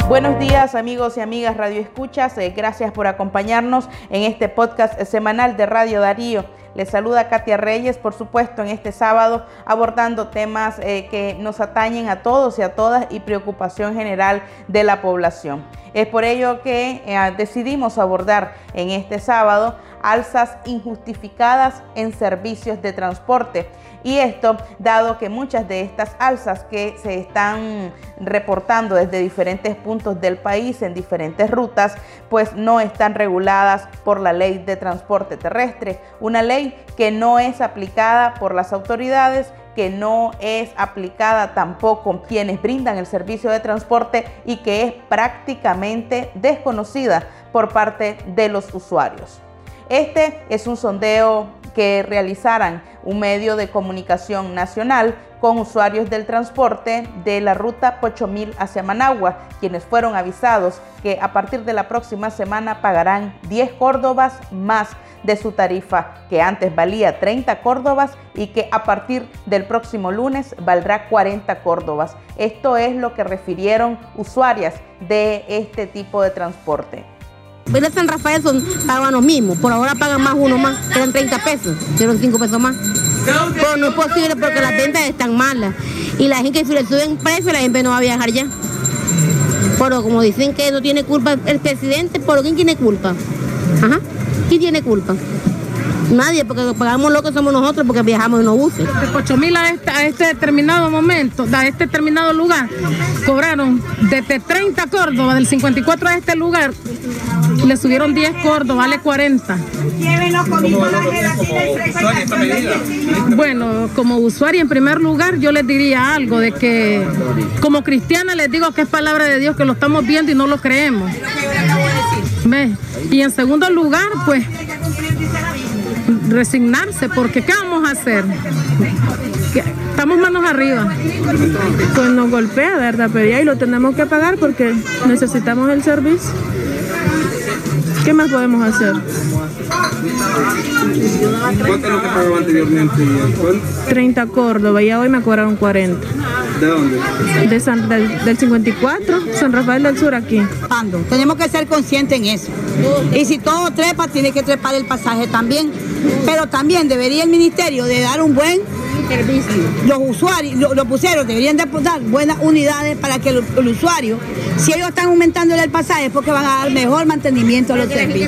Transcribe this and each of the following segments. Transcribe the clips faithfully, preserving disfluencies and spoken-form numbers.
Buenos días, amigos y amigas Radio Escuchas. Eh, gracias por acompañarnos en este podcast semanal de Radio Darío. Les saluda Katia Reyes, por supuesto, en este sábado, abordando temas eh, que nos atañen a todos y a todas y preocupación general de la población. Es por ello que eh, decidimos abordar en este sábado alzas injustificadas en servicios de transporte. Y esto dado que muchas de estas alzas que se están reportando desde diferentes puntos del país en diferentes rutas, pues no están reguladas por la Ley de Transporte Terrestre, una ley que no es aplicada por las autoridades, que no es aplicada tampoco quienes brindan el servicio de transporte y que es prácticamente desconocida por parte de los usuarios. Este es un sondeo que realizaran un medio de comunicación nacional con usuarios del transporte de la ruta Pochomil hacia Managua, quienes fueron avisados que a partir de la próxima semana pagarán diez córdobas más de su tarifa, que antes valía treinta córdobas y que a partir del próximo lunes valdrá cuarenta córdobas. Esto es lo que refirieron usuarias de este tipo de transporte. En San Rafael son, pagaban los mismos, por ahora pagan más uno más, eran treinta pesos, eran cinco pesos más. Pero no es posible porque las ventas están malas y la gente, si le suben precio, la gente no va a viajar ya. Pero como dicen que no tiene culpa el presidente, ¿por quién tiene culpa? Ajá, ¿quién tiene culpa? Nadie, porque pagamos lo que somos nosotros porque viajamos en los buses. De Pochomil a este, a este determinado momento, a este determinado lugar, cobraron desde treinta córdobas, del cincuenta y cuatro a este lugar, le subieron diez córdobas, vale cuarenta. Bueno, como usuaria, en primer lugar, yo les diría algo de que, como cristiana, les digo que es palabra de Dios, que lo estamos viendo y no lo creemos. ¿Ves? Y en segundo lugar, pues, resignarse, porque ¿qué vamos a hacer? Estamos manos arriba. Pues nos golpea, ¿verdad? Pero ya y lo tenemos que pagar porque necesitamos el servicio. ¿Qué más podemos hacer? ¿Cuánto es lo que pagaba anteriormente? treinta córdobas y hoy me cobraron cuarenta. ¿De dónde? De San, del, del cincuenta y cuatro, San Rafael del Sur, aquí. Tenemos que ser conscientes en eso. Y si todo trepa, tiene que trepar el pasaje también. Pero también debería el ministerio de dar un buen servicio. Los usuarios, los, los buceros deberían de dar buenas unidades para que el, el usuario, si ellos están aumentando el pasaje, es porque van a dar mejor mantenimiento a los servicios.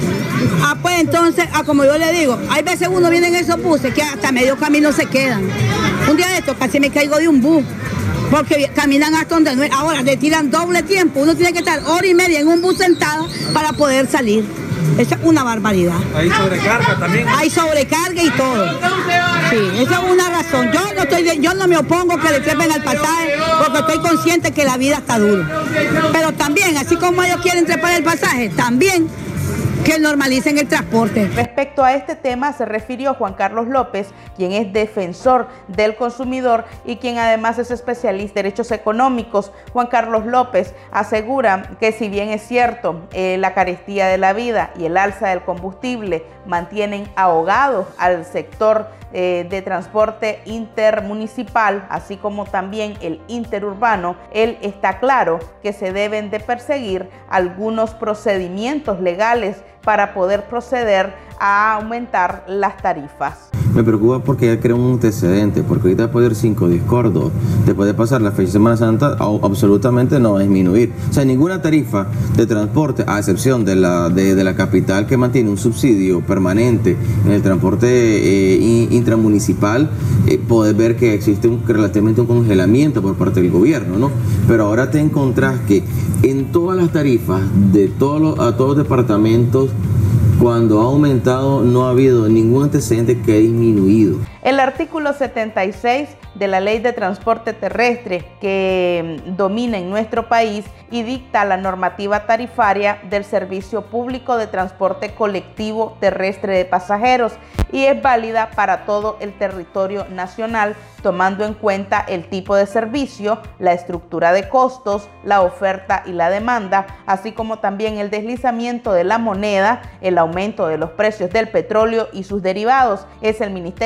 Ah, pues entonces, ah, como yo le digo, hay veces uno viene en esos buses que hasta medio camino se quedan. Un día de estos casi me caigo de un bus, porque caminan hasta donde no es. Ahora le tiran doble tiempo, uno tiene que estar hora y media en un bus sentado para poder salir. Eso es una barbaridad. Hay sobrecarga también. Hay sobrecarga y todo. Sí, esa es una razón. Yo no estoy, de, yo no me opongo que le trepen al pasaje porque estoy consciente que la vida está dura. Pero también, así como ellos quieren trepar el pasaje, también que normalicen el transporte. Respecto a este tema se refirió Juan Carlos López, quien es defensor del consumidor y quien además es especialista en derechos económicos. Juan Carlos López asegura que si bien es cierto eh, la carestía de la vida y el alza del combustible mantienen ahogado al sector eh, de transporte intermunicipal, así como también el interurbano, él está claro que se deben de perseguir algunos procedimientos legales para poder proceder a aumentar las tarifas. Me preocupa porque ya crea un antecedente, porque ahorita puede ir cinco o diez córdobas, después de pasar la fecha de Semana Santa, absolutamente no va a disminuir. O sea, ninguna tarifa de transporte, a excepción de la, de, de la capital que mantiene un subsidio permanente en el transporte eh, intramunicipal, eh, podés ver que existe un, relativamente un congelamiento por parte del gobierno, ¿no? Pero ahora te encontrás que en todas las tarifas de todos los, a todos los departamentos, cuando ha aumentado, no ha habido ningún antecedente que ha disminuido. El artículo setenta y seis de la Ley de Transporte Terrestre que domina en nuestro país y dicta la normativa tarifaria del Servicio Público de Transporte Colectivo Terrestre de Pasajeros y es válida para todo el territorio nacional, tomando en cuenta el tipo de servicio, la estructura de costos, la oferta y la demanda, así como también el deslizamiento de la moneda, el aumento de los precios del petróleo y sus derivados. Es el Ministerio de Transporte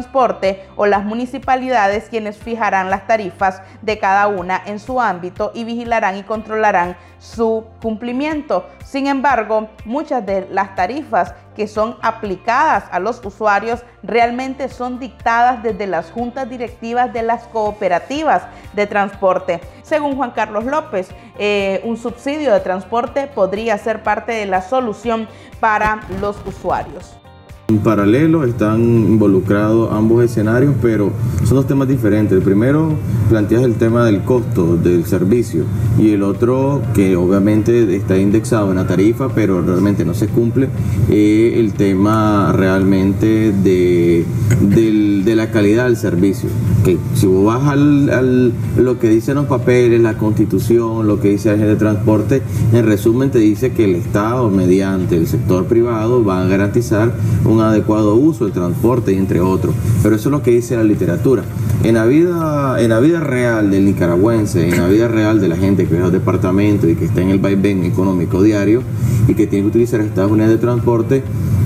transporte o las municipalidades quienes fijarán las tarifas de cada una en su ámbito y vigilarán y controlarán su cumplimiento. Sin embargo, muchas de las tarifas que son aplicadas a los usuarios realmente son dictadas desde las juntas directivas de las cooperativas de transporte. Según Juan Carlos López, eh, un subsidio de transporte podría ser parte de la solución para los usuarios. En paralelo están involucrados ambos escenarios, pero son dos temas diferentes. El primero planteas el tema del costo del servicio y el otro, que obviamente está indexado en la tarifa, pero realmente no se cumple, eh, el tema realmente de, de, de la calidad del servicio. Que si vos vas al, al lo que dicen los papeles, la Constitución, lo que dice la Agencia de Transporte, en resumen te dice que el Estado, mediante el sector privado, va a garantizar un adecuado uso del transporte y entre otros, pero eso es lo que dice la literatura. En la vida, en la vida real del nicaragüense, en la vida real de la gente que ve los departamentos y que está en el vaivén económico diario y que tiene que utilizar estas unidades de transporte,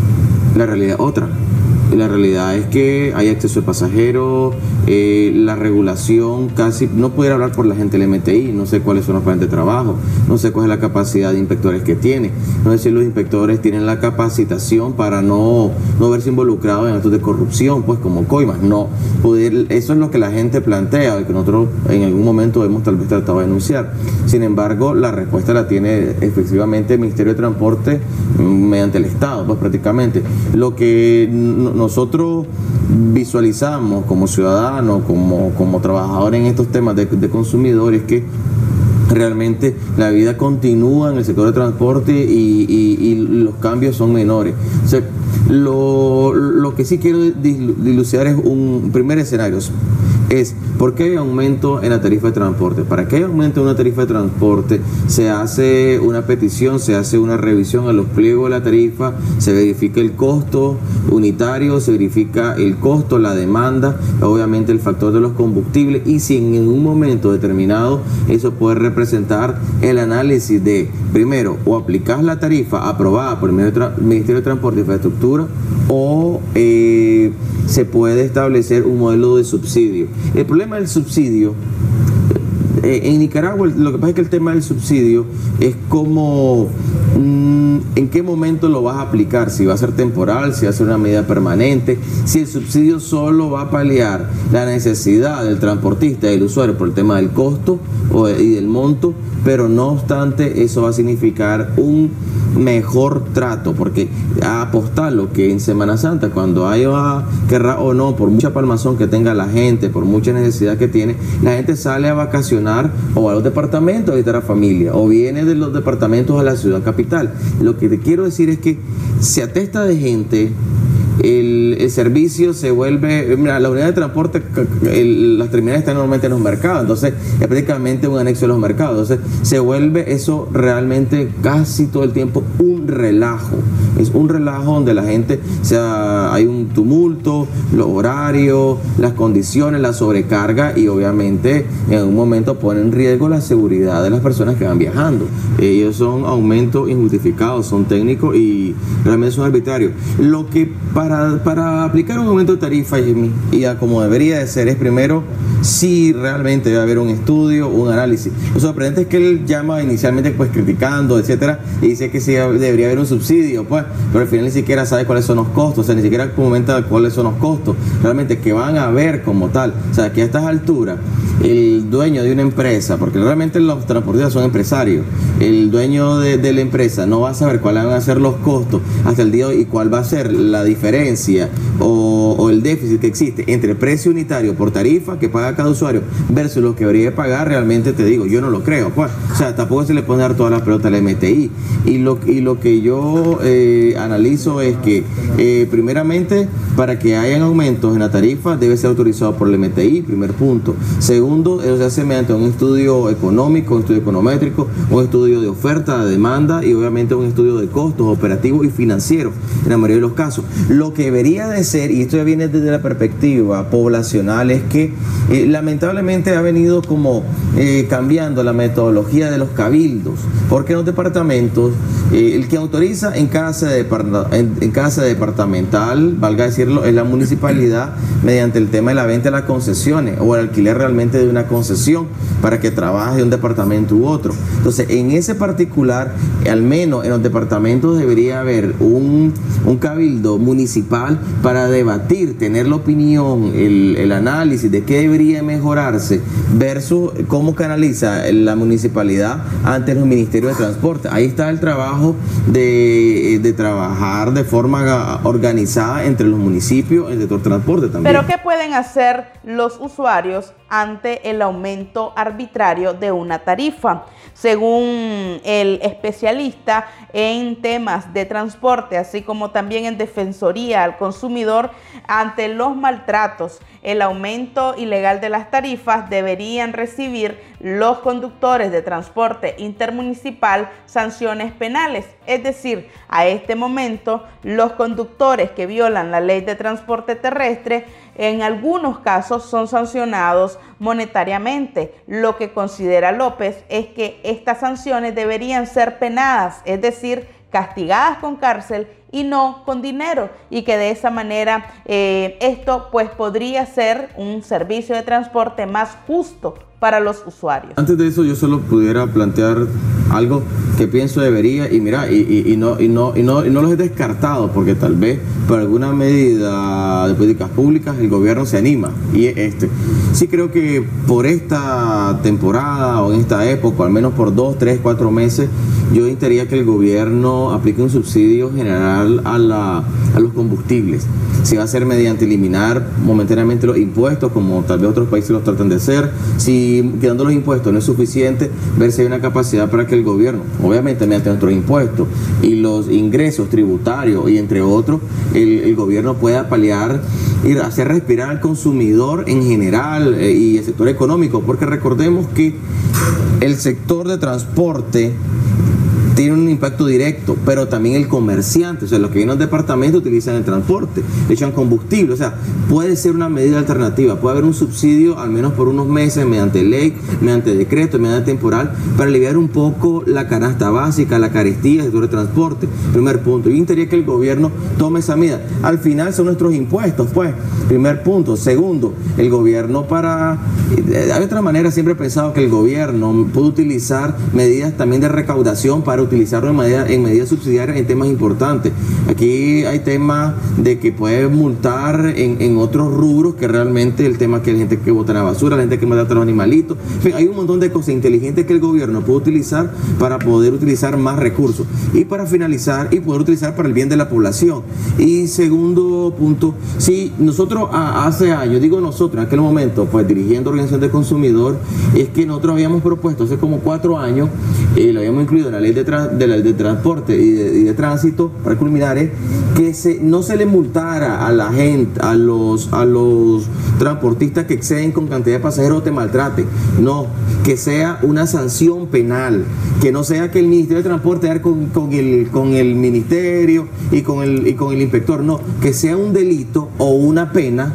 la realidad es otra. La realidad es que hay exceso de pasajeros, eh, la regulación casi, no pudiera hablar por la gente del M T I, no sé cuáles son los planes de trabajo, no sé cuál es la capacidad de inspectores que tiene, no sé si los inspectores tienen la capacitación para no, no verse involucrados en actos de corrupción, pues como coimas, no poder, eso es lo que la gente plantea y que nosotros en algún momento hemos tal vez tratado de denunciar. Sin embargo, la respuesta la tiene efectivamente el Ministerio de Transporte mediante el Estado, pues prácticamente. Lo que nosotros visualizamos como ciudadanos, como, como trabajadores en estos temas de, de consumidores, que realmente la vida continúa en el sector de transporte y, y, y los cambios son menores. O sea, lo, lo que sí quiero dilucidar es un primer escenario. Es ¿por qué hay aumento en la tarifa de transporte? Para que haya aumento en una tarifa de transporte se hace una petición, se hace una revisión a los pliegos de la tarifa, se verifica el costo unitario, se verifica el costo, la demanda, obviamente el factor de los combustibles, y si en un momento determinado eso puede representar el análisis de, primero, o aplicas la tarifa aprobada por el Ministerio de Transporte y Infraestructura o eh, se puede establecer un modelo de subsidio. El problema del subsidio, eh, en Nicaragua lo que pasa es que el tema del subsidio es como mmm, en qué momento lo vas a aplicar, si va a ser temporal, si va a ser una medida permanente, si el subsidio solo va a paliar la necesidad del transportista y del usuario por el tema del costo o, y del monto, pero no obstante eso va a significar un mejor trato, porque a apostarlo que en Semana Santa, cuando haya, querrá o no, por mucha palmazón que tenga la gente, por mucha necesidad que tiene, la gente sale a vacacionar o a los departamentos a visitar a familia, o viene de los departamentos a la ciudad capital. Lo que te quiero decir es que se atesta de gente. El, el servicio se vuelve, mira, la unidad de transporte, el, las terminales están normalmente en los mercados, entonces es prácticamente un anexo de los mercados, entonces se vuelve eso realmente casi todo el tiempo un relajo, es un relajo donde la gente, o sea, hay un tumulto, los horarios, las condiciones, la sobrecarga, y obviamente en algún momento pone en riesgo la seguridad de las personas que van viajando. Ellos son aumentos injustificados, son técnicos y realmente son arbitrarios. Lo que para, para aplicar un aumento de tarifa, y, y como debería de ser, es primero si realmente debe haber un estudio, un análisis. Lo sorprendente es que él llama inicialmente pues criticando, etcétera, y dice que sí debería haber un subsidio, pues, pero al final ni siquiera sabe cuáles son los costos, o sea, ni siquiera comenta cuáles son los costos realmente que van a haber como tal. O sea, que a estas alturas el dueño de una empresa, porque realmente los transportistas son empresarios, el dueño de, de la empresa no va a saber cuáles van a ser los costos hasta el día de hoy y cuál va a ser la diferencia o, o el déficit que existe entre el precio unitario por tarifa que paga cada usuario versus lo que debería pagar. Realmente te digo, yo no lo creo, pues. O sea, tampoco se le puede dar toda la pelota al M T I, y lo, y lo que yo eh, analizo es que eh, primeramente, para que hayan aumentos en la tarifa debe ser autorizado por el M T I, primer punto. Segundo, eso se hace mediante un estudio económico, un estudio econométrico, un estudio de oferta, de demanda y obviamente un estudio de costos operativos y financieros en la mayoría de los casos. Lo que debería de ser, y esto ya viene desde la perspectiva poblacional, es que eh, lamentablemente ha venido como eh, cambiando la metodología de los cabildos, porque en los departamentos Eh, el que autoriza en cada, sede en, en cada sede departamental, valga decirlo, es la municipalidad mediante el tema de la venta de las concesiones o el alquiler realmente de una concesión para que trabaje de un departamento u otro. Entonces, en ese particular, al menos en los departamentos debería haber un, un cabildo municipal para debatir, tener la opinión, el, el análisis de qué debería mejorarse versus cómo canaliza la municipalidad ante los ministerios de transporte. Ahí está el trabajo de, de trabajar de forma organizada entre los municipios, el sector transporte también. Pero ¿qué pueden hacer los usuarios ante el aumento arbitrario de una tarifa? Según el especialista en temas de transporte, así como también en defensoría al consumidor, ante los maltratos, el aumento ilegal de las tarifas, deberían recibir los conductores de transporte intermunicipal sanciones penales. Es decir, a este momento, los conductores que violan la ley de transporte terrestre en algunos casos son sancionados monetariamente. Lo que considera López es que estas sanciones deberían ser penadas, es decir, castigadas con cárcel y no con dinero, y que de esa manera eh, esto pues podría ser un servicio de transporte más justo para los usuarios. Antes de eso, yo solo pudiera plantear algo que pienso debería, y mira, y, y, y, no, y, no, y, no, y no los he descartado, porque tal vez por alguna medida de políticas públicas el gobierno se anima, y este sí creo que por esta temporada o en esta época, al menos por dos, tres, cuatro meses, yo intentaría que el gobierno aplique un subsidio general a, la, a los combustibles. Si va a ser mediante eliminar momentáneamente los impuestos, como tal vez otros países los tratan de hacer, si quedando los impuestos no es suficiente, ver si hay una capacidad para que el gobierno, obviamente mediante nuestros impuestos y los ingresos tributarios y entre otros, el, el gobierno pueda paliar y hacer respirar al consumidor en general eh, y el sector económico, porque recordemos que el sector de transporte tiene un impacto directo, pero también el comerciante, o sea, los que vienen al departamento utilizan el transporte, le echan combustible, o sea, puede ser una medida alternativa, puede haber un subsidio al menos por unos meses mediante ley, mediante decreto, mediante temporal, para aliviar un poco la canasta básica, la carestía del sector de transporte. Primer punto. Yo intentaría que el gobierno tome esa medida. Al final son nuestros impuestos, pues. Primer punto. Segundo, el gobierno para... Hay otra manera, siempre he pensado que el gobierno puede utilizar medidas también de recaudación para utilizarlo en medidas en medidas subsidiarias en temas importantes. Aquí hay temas de que puede multar en, en otros rubros que realmente el tema que la gente que bota la basura, la gente que mata a los animalitos. En fin, hay un montón de cosas inteligentes que el gobierno puede utilizar para poder utilizar más recursos y para finalizar y poder utilizar para el bien de la población. Y segundo punto, si nosotros a, hace años, digo nosotros en aquel momento, pues dirigiendo organización de consumidor, es que nosotros habíamos propuesto hace como cuatro años, eh, lo habíamos incluido en la ley de, tra de, la, de transporte y de, y de tránsito para culminar, es que se, no se le multara a la gente, a los, a los transportistas que exceden con cantidad de pasajeros o te maltraten. No, que sea una sanción penal, que no sea que el Ministerio de Transporte haga con, con, el, con el Ministerio y con el, y con el inspector, no, que sea un delito o una pena,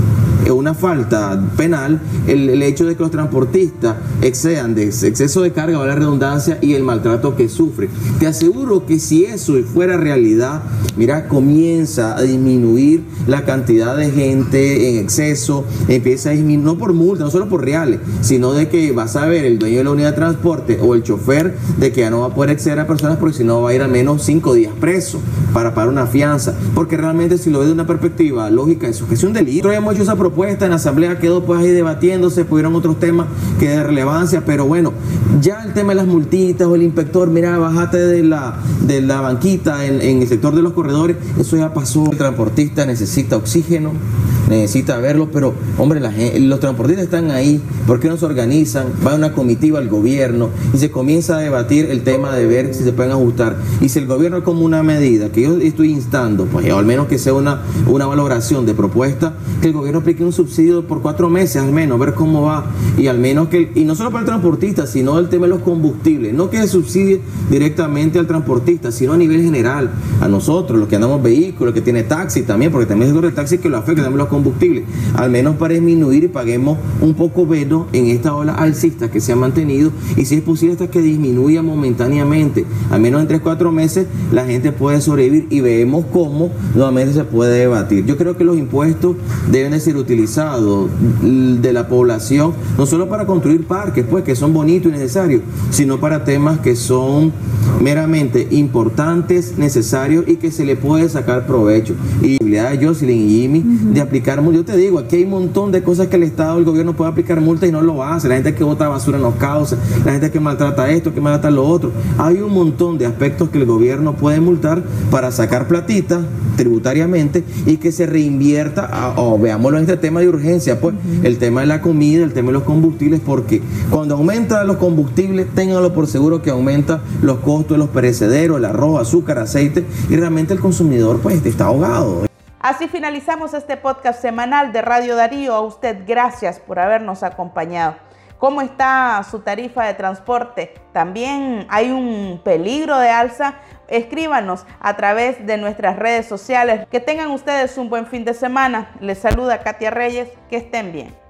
una falta penal, el, el hecho de que los transportistas excedan de exceso de carga o la redundancia y el maltrato que sufren. Te aseguro que si eso fuera realidad, mira, comienza a disminuir la cantidad de gente en exceso, empieza a disminuir, no por multa, no solo por reales, sino de que vas a ver el dueño de la unidad de transporte o el chofer de que ya no va a poder exceder a personas porque si no va a ir al menos cinco días preso para pagar una fianza, porque realmente si lo ves de una perspectiva lógica, eso que es un delito. Nosotros hemos hecho esa propuesta en la asamblea, quedó pues ahí debatiéndose, pudieron otros temas que de relevancia, pero bueno, ya el tema de las multitas o el inspector, mira, bájate de la, de la banquita en, en el sector de los corredores, eso ya pasó. El transportista necesita oxígeno, necesita verlo, pero hombre, la gente, los transportistas están ahí, ¿por qué no se organizan? Va una comitiva al gobierno y se comienza a debatir el tema de ver si se pueden ajustar, y si el gobierno como una medida que yo estoy instando, pues o al menos que sea una, una valoración de propuesta, que el gobierno aplique un subsidio por cuatro meses al menos, ver cómo va, y al menos que, y no solo para el transportista, sino el tema de los combustibles, no que se subsidie directamente al transportista, sino a nivel general, a nosotros, los que andamos vehículos, que tiene taxi también, porque también es el sector de taxi que lo afecta, también los combustibles. combustible, al menos para disminuir y paguemos un poco menos en esta ola alcista que se ha mantenido, y si es posible hasta que disminuya momentáneamente, al menos en tres cuatro meses la gente puede sobrevivir y vemos cómo nuevamente se puede debatir. Yo creo que los impuestos deben de ser utilizados de la población, no solo para construir parques, pues, que son bonitos y necesarios, sino para temas que son meramente importantes, necesarios y que se le puede sacar provecho. Y la habilidad de Jocelyn y Jimmy uh-huh. de aplicar multas. Yo te digo, aquí hay un montón de cosas que el Estado, el gobierno puede aplicar multas y no lo hace. La gente que bota basura no causa, la gente que maltrata esto, que maltrata lo otro. Hay un montón de aspectos que el gobierno puede multar para sacar platita tributariamente y que se reinvierta, a, o veámoslo en este tema de urgencia, pues uh-huh. el tema de la comida, el tema de los combustibles, porque cuando aumentan los combustibles, ténganlo por seguro que aumenta los costos de los perecederos, el arroz, azúcar, aceite, y realmente el consumidor pues está ahogado. Así finalizamos este podcast semanal de Radio Darío. A usted gracias por habernos acompañado. ¿Cómo está su tarifa de transporte? ¿También hay un peligro de alza? Escríbanos a través de nuestras redes sociales. Que tengan ustedes un buen fin de semana. Les saluda Katia Reyes. Que estén bien.